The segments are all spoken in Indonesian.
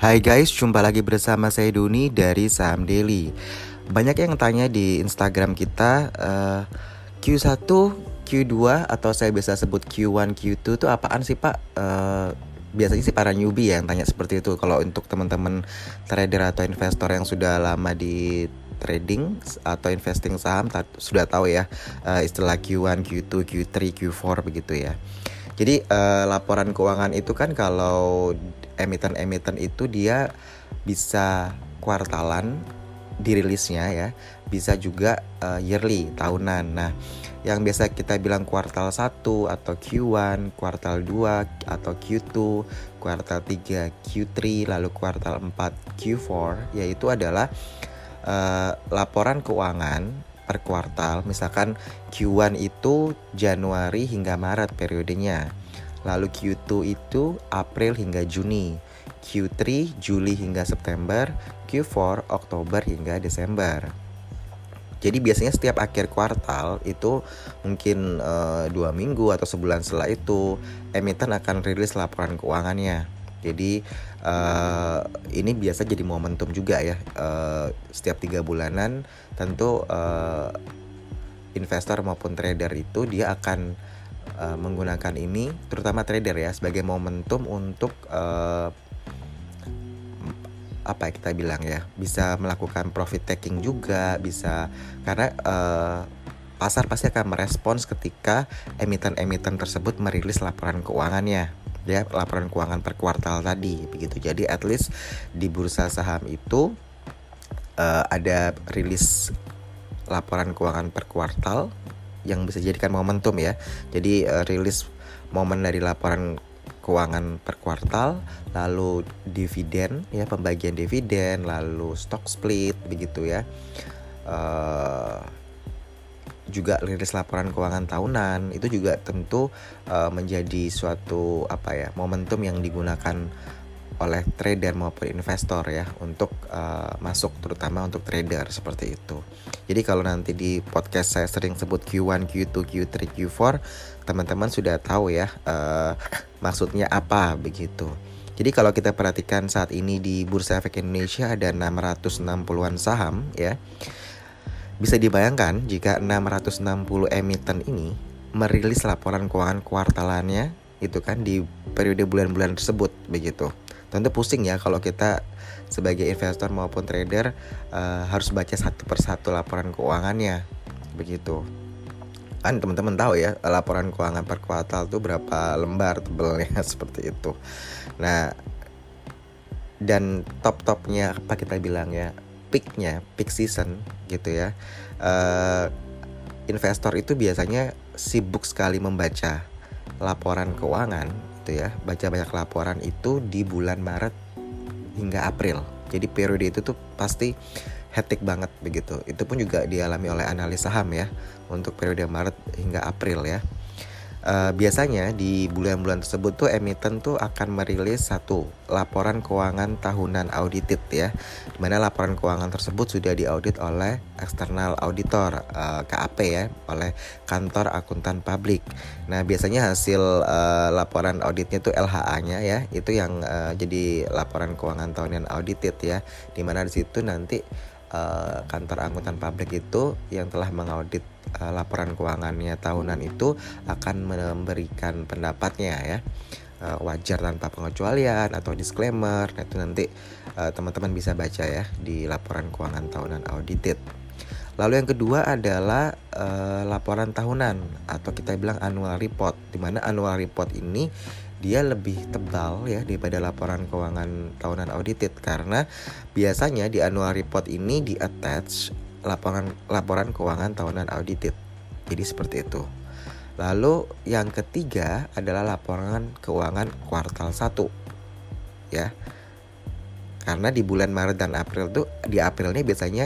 Hai guys, jumpa lagi bersama saya Doni dari Saham Daily. Banyak yang tanya di Instagram kita Q1, Q2 atau saya biasa sebut Q1, Q2 itu apaan sih Pak? Biasanya sih para newbie yang tanya seperti itu. Kalau untuk teman-teman trader atau investor yang sudah lama di trading atau investing saham sudah tahu ya istilah Q1, Q2, Q3, Q4 begitu ya. Jadi laporan keuangan itu kan kalau emiten-emiten itu dia bisa kuartalan dirilisnya ya, bisa juga yearly, tahunan. Nah, yang biasa kita bilang kuartal 1 atau Q1, kuartal 2 atau Q2, kuartal 3 Q3, lalu kuartal 4 Q4, yaitu adalah laporan keuangan per kuartal. Misalkan Q1 itu Januari hingga Maret periodenya, lalu Q2 itu April hingga Juni, Q3 Juli hingga September, Q4 Oktober hingga Desember. Jadi biasanya setiap akhir kuartal itu mungkin 2 minggu atau sebulan setelah itu emiten akan rilis laporan keuangannya. Jadi ini biasa jadi momentum juga ya. Setiap 3 bulanan tentu investor maupun trader itu dia akan menggunakan ini, terutama trader ya, sebagai momentum untuk apa kita bilang ya, bisa melakukan profit taking juga, bisa karena pasar pasti akan merespons ketika emiten-emiten tersebut merilis laporan keuangannya ya, laporan keuangan per kuartal tadi begitu. Jadi at least di bursa saham itu ada rilis laporan keuangan per kuartal yang bisa dijadikan momentum ya. Jadi rilis momen dari laporan keuangan per kuartal, lalu dividen ya, pembagian dividen, lalu stock split begitu ya. Juga rilis laporan keuangan tahunan itu juga tentu menjadi suatu momentum yang digunakan oleh trader maupun investor ya untuk masuk, terutama untuk trader seperti itu. Jadi kalau nanti di podcast saya sering sebut Q1, Q2, Q3, Q4, teman-teman sudah tahu ya maksudnya apa begitu. Jadi kalau kita perhatikan saat ini di Bursa Efek Indonesia ada 660-an saham ya. Bisa dibayangkan jika 660 emiten ini merilis laporan keuangan kuartalannya itu kan di periode bulan-bulan tersebut begitu. Tentu pusing ya kalau kita sebagai investor maupun trader harus baca satu persatu laporan keuangannya begitu. Kan teman-teman tahu ya laporan keuangan per kuartal tuh berapa lembar tebelnya seperti itu. Nah, dan top-topnya apa kita bilang ya, peak season gitu ya, investor itu biasanya sibuk sekali membaca laporan keuangan itu ya, baca banyak laporan itu di bulan Maret hingga April. Jadi periode itu tuh pasti hektik banget begitu. Itu pun juga dialami oleh analis saham ya untuk periode Maret hingga April ya. Biasanya di bulan-bulan tersebut tuh emiten tuh akan merilis satu laporan keuangan tahunan audited ya, dimana laporan keuangan tersebut sudah diaudit oleh external auditor KAP ya, oleh kantor akuntan publik. Nah biasanya hasil laporan auditnya tuh LHA-nya ya, itu yang jadi laporan keuangan tahunan audited ya, dimana di situ nanti kantor akuntan publik itu yang telah mengaudit laporan keuangannya tahunan itu akan memberikan pendapatnya ya, wajar tanpa pengecualian atau disclaimer. Nah itu nanti teman-teman bisa baca ya di laporan keuangan tahunan audited. Lalu yang kedua adalah laporan tahunan atau kita bilang annual report, di mana annual report ini dia lebih tebal ya daripada laporan keuangan tahunan audited, karena biasanya di annual report ini di attach laporan keuangan tahunan audited. Jadi seperti itu. Lalu yang ketiga adalah laporan keuangan kuartal 1 ya. Karena di bulan Maret dan April tuh, di Aprilnya biasanya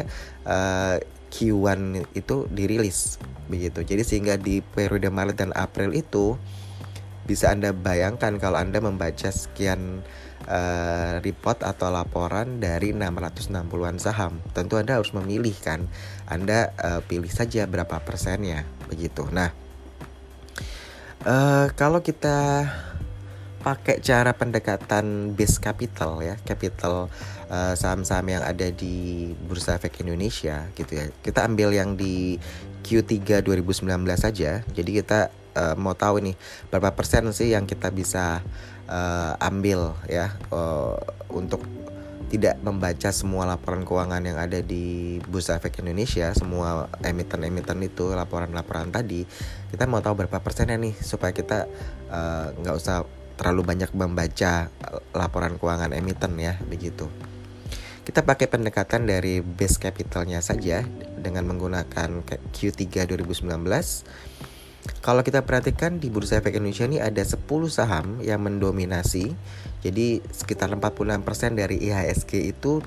Q1 itu dirilis begitu. Jadi sehingga di periode Maret dan April itu bisa Anda bayangkan kalau Anda membaca sekian report atau laporan dari 660-an saham, tentu Anda harus memilih kan. Anda pilih saja berapa persennya begitu. Nah, kalau kita pakai cara pendekatan base capital ya, capital saham-saham yang ada di Bursa Efek Indonesia gitu ya. Kita ambil yang di Q3 2019 saja. Jadi kita mau tahu nih berapa persen sih yang kita bisa ambil ya untuk tidak membaca semua laporan keuangan yang ada di Bursa Efek Indonesia, semua emiten-emiten itu, laporan-laporan tadi. Kita mau tahu berapa persennya nih, supaya kita nggak usah terlalu banyak membaca laporan keuangan emiten ya, begitu. Kita pakai pendekatan dari base capitalnya saja dengan menggunakan Q3 2019. Kalau kita perhatikan di Bursa Efek Indonesia ini ada 10 saham yang mendominasi. Jadi sekitar 46% dari IHSG itu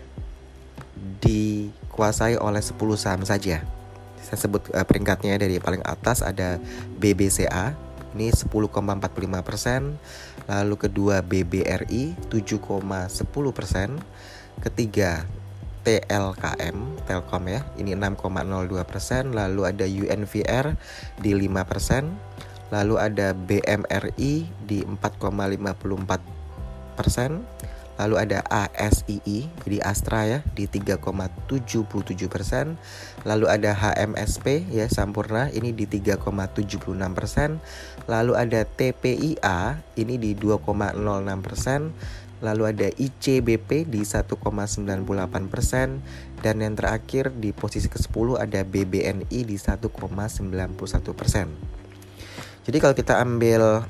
dikuasai oleh 10 saham saja. Saya sebut peringkatnya dari paling atas ada BBCA, ini 10,45%. Lalu kedua BBRI 7,10%. Ketiga TLKM, Telkom ya, ini 6,02%. Lalu ada UNVR di 5%. Lalu ada BMRI di 4,54%. Lalu ada ASII di Astra ya di 3,77%. Lalu ada HMSP ya Sampurna ini di 3,76%. Lalu ada TPIA ini di 2,06%. Lalu ada ICBP di 1,98%. Dan yang terakhir di posisi ke-10 ada BBNI di 1,91%. Jadi kalau kita ambil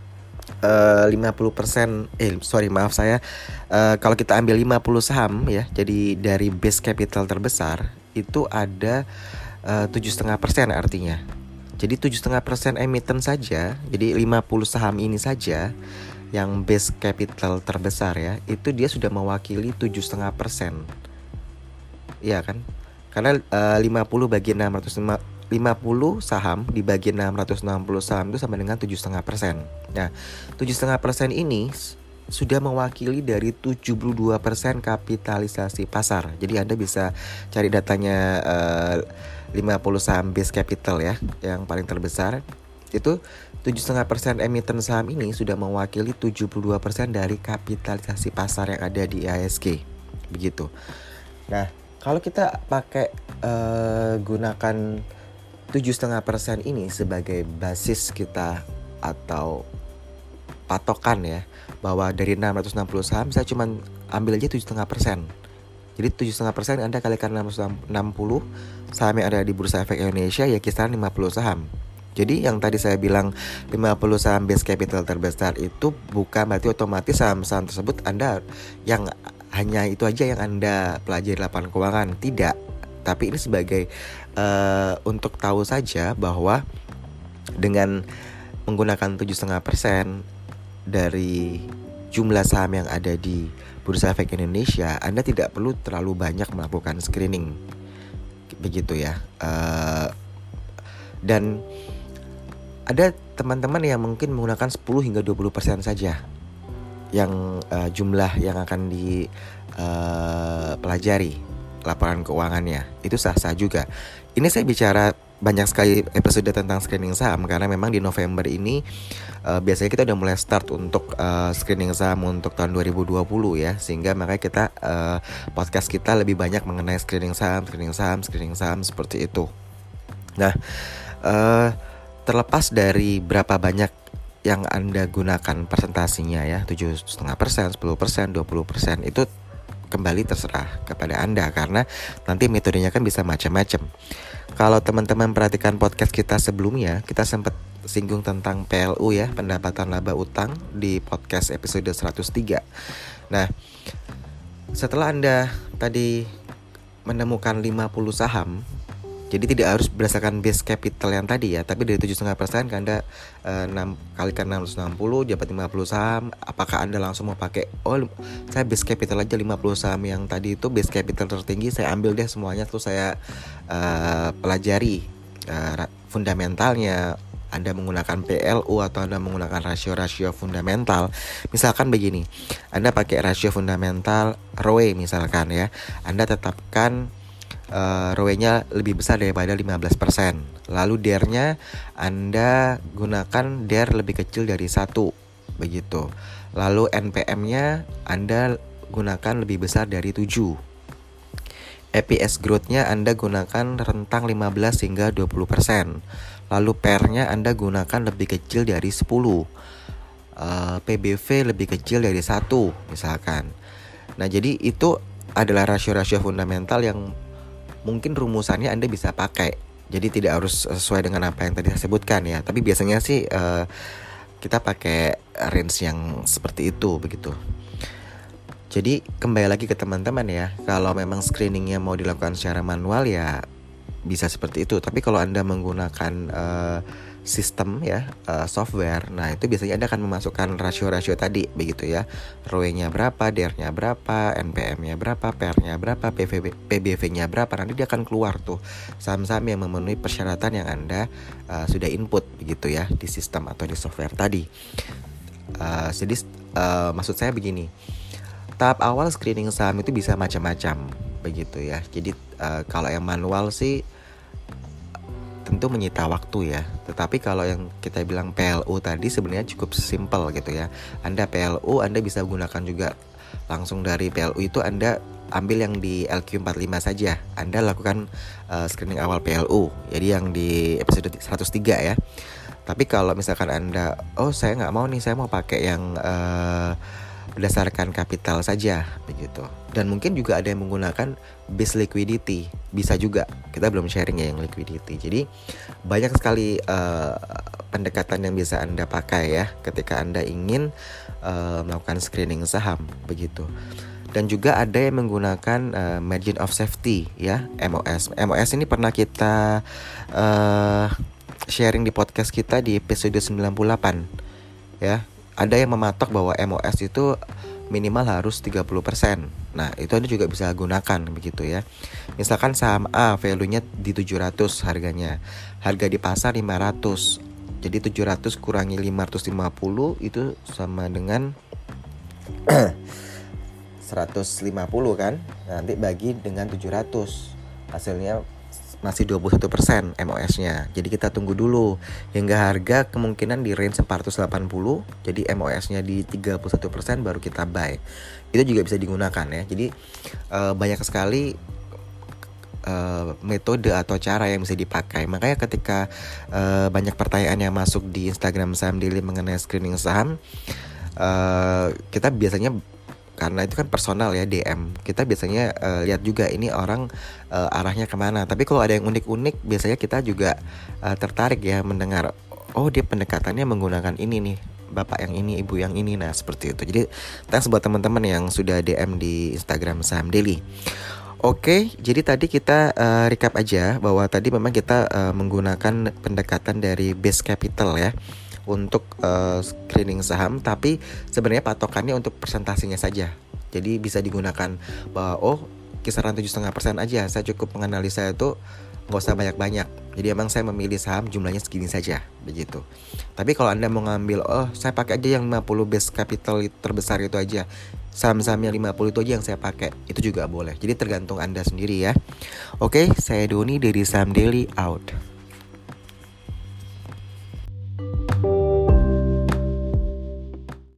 50%, kalau kita ambil 50 saham ya, jadi dari base capital terbesar itu ada 7,5% artinya. Jadi 7,5% emiten saja, jadi 50 saham ini saja yang base capital terbesar ya, itu dia sudah mewakili 7,5%. Iya kan? Karena 50 bagi 50 saham dibagi 660 saham itu sama dengan 7,5%. Nah, 7,5% ini sudah mewakili dari 72% kapitalisasi pasar. Jadi Anda bisa cari datanya 50 saham base capital ya, yang paling terbesar. Itu 7,5% emiten saham ini sudah mewakili 72% dari kapitalisasi pasar yang ada di IHSG. Begitu. Nah, kalau kita pakai gunakan 7,5% ini sebagai basis kita atau patokan ya, bahwa dari 660 saham saya cuma ambil aja 7,5%. Jadi 7,5% Anda kalikan 660 saham yang ada di Bursa Efek Indonesia ya kisaran 50 saham. Jadi yang tadi saya bilang 50 saham base capital terbesar itu bukan berarti otomatis saham-saham tersebut Anda yang hanya itu aja yang Anda pelajari laporan keuangan. Tidak. Tapi ini sebagai untuk tahu saja bahwa dengan menggunakan 7,5% dari jumlah saham yang ada di Bursa Efek Indonesia, Anda tidak perlu terlalu banyak melakukan screening. Begitu ya. Dan ada teman-teman yang mungkin menggunakan 10 hingga 20% saja yang jumlah yang akan dipelajari laporan keuangannya. Itu sah-sah juga. Ini saya bicara banyak sekali episode tentang screening saham karena memang di November ini biasanya kita udah mulai start untuk screening saham untuk tahun 2020 ya, sehingga makanya kita podcast kita lebih banyak mengenai screening saham seperti itu. Nah, terlepas dari berapa banyak yang Anda gunakan presentasinya ya, 7,5%, 10%, 20%, itu kembali terserah kepada Anda karena nanti metodenya kan bisa macam-macam. Kalau teman-teman perhatikan podcast kita sebelumnya, kita sempat singgung tentang PLU ya, pendapatan laba utang di podcast episode 103. Nah, setelah Anda tadi menemukan 50 saham, jadi tidak harus berdasarkan base capital yang tadi ya, tapi dari 7,5% kan Anda kalikan 660 dapat 50 saham. Apakah Anda langsung mau pakai saya base capital aja 50 saham yang tadi itu base capital tertinggi, saya ambil deh semuanya terus saya pelajari fundamentalnya. Anda menggunakan PLU atau Anda menggunakan rasio-rasio fundamental. Misalkan begini, Anda pakai rasio fundamental ROE misalkan ya, Anda tetapkan ROE-nya lebih besar daripada 15%. Lalu DER-nya Anda gunakan DER lebih kecil dari 1. begitu. Lalu NPM-nya Anda gunakan lebih besar dari 7. EPS growth-nya Anda gunakan rentang 15 hingga 20%. Lalu PER-nya Anda gunakan lebih kecil dari 10. PBV lebih kecil dari 1 misalkan. Nah, jadi itu adalah rasio-rasio fundamental yang mungkin rumusannya Anda bisa pakai. Jadi tidak harus sesuai dengan apa yang tadi saya sebutkan ya. Tapi biasanya sih kita pakai range yang seperti itu begitu. Jadi kembali lagi ke teman-teman ya, kalau memang screeningnya mau dilakukan secara manual ya bisa seperti itu. Tapi kalau Anda menggunakan sistem ya, software, nah itu biasanya Anda akan memasukkan rasio-rasio tadi begitu ya. ROE-nya berapa, DER-nya berapa, NPM-nya berapa, PER-nya berapa, PBV-nya berapa. Nanti dia akan keluar tuh saham-saham yang memenuhi persyaratan yang Anda sudah input begitu ya di sistem atau di software tadi. Jadi maksud saya begini, tahap awal screening saham itu bisa macam-macam begitu ya. Jadi kalau yang manual sih tentu menyita waktu ya. Tetapi kalau yang kita bilang PLU tadi sebenarnya cukup simple gitu ya. Anda PLU, Anda bisa gunakan juga langsung dari PLU itu Anda ambil yang di LQ45 saja. Anda lakukan screening awal PLU. Jadi yang di episode 103 ya. Tapi kalau misalkan Anda, saya nggak mau nih, saya mau pakai yang berdasarkan kapital saja begitu. Dan mungkin juga ada yang menggunakan base liquidity, bisa juga. Kita belum sharing ya yang liquidity. Jadi banyak sekali pendekatan yang bisa Anda pakai ya ketika Anda ingin melakukan screening saham begitu. Dan juga ada yang menggunakan margin of safety ya, MOS. MOS ini pernah kita sharing di podcast kita di episode 98 ya. Ada yang mematok bahwa MOS itu minimal harus 30%. Nah, itu Anda juga bisa gunakan begitu ya. Misalkan saham A value-nya di 700 harganya. Harga di pasar 500. Jadi 700 kurangi 550 itu sama dengan 150 kan. Nanti bagi dengan 700. Hasilnya masih 21% MOS-nya. Jadi kita tunggu dulu hingga harga kemungkinan di range 480. Jadi MOS-nya di 31% baru kita buy. Itu juga bisa digunakan ya. Jadi banyak sekali metode atau cara yang bisa dipakai. Makanya ketika banyak pertanyaan yang masuk di Instagram Saham Daily mengenai screening saham, kita biasanya, karena itu kan personal ya, DM, kita biasanya lihat juga ini orang arahnya kemana. Tapi kalau ada yang unik-unik, biasanya kita juga tertarik ya mendengar, dia pendekatannya menggunakan ini nih, bapak yang ini, ibu yang ini. Nah seperti itu. Jadi thanks buat teman-teman yang sudah DM di Instagram Saham Daily. Oke, jadi tadi kita recap aja bahwa tadi memang kita menggunakan pendekatan dari base capital ya untuk screening saham, tapi sebenarnya patokannya untuk presentasinya saja. Jadi bisa digunakan bahwa kisaran 7,5% aja, saya cukup menganalisa itu, nggak usah banyak-banyak. Jadi emang saya memilih saham jumlahnya segini saja begitu. Tapi kalau Anda mau ngambil, saya pakai aja yang 50 base capital terbesar itu aja, saham-saham yang 50 itu aja yang saya pakai, itu juga boleh. Jadi tergantung Anda sendiri ya. Oke, saya Doni dari Saham Daily, out.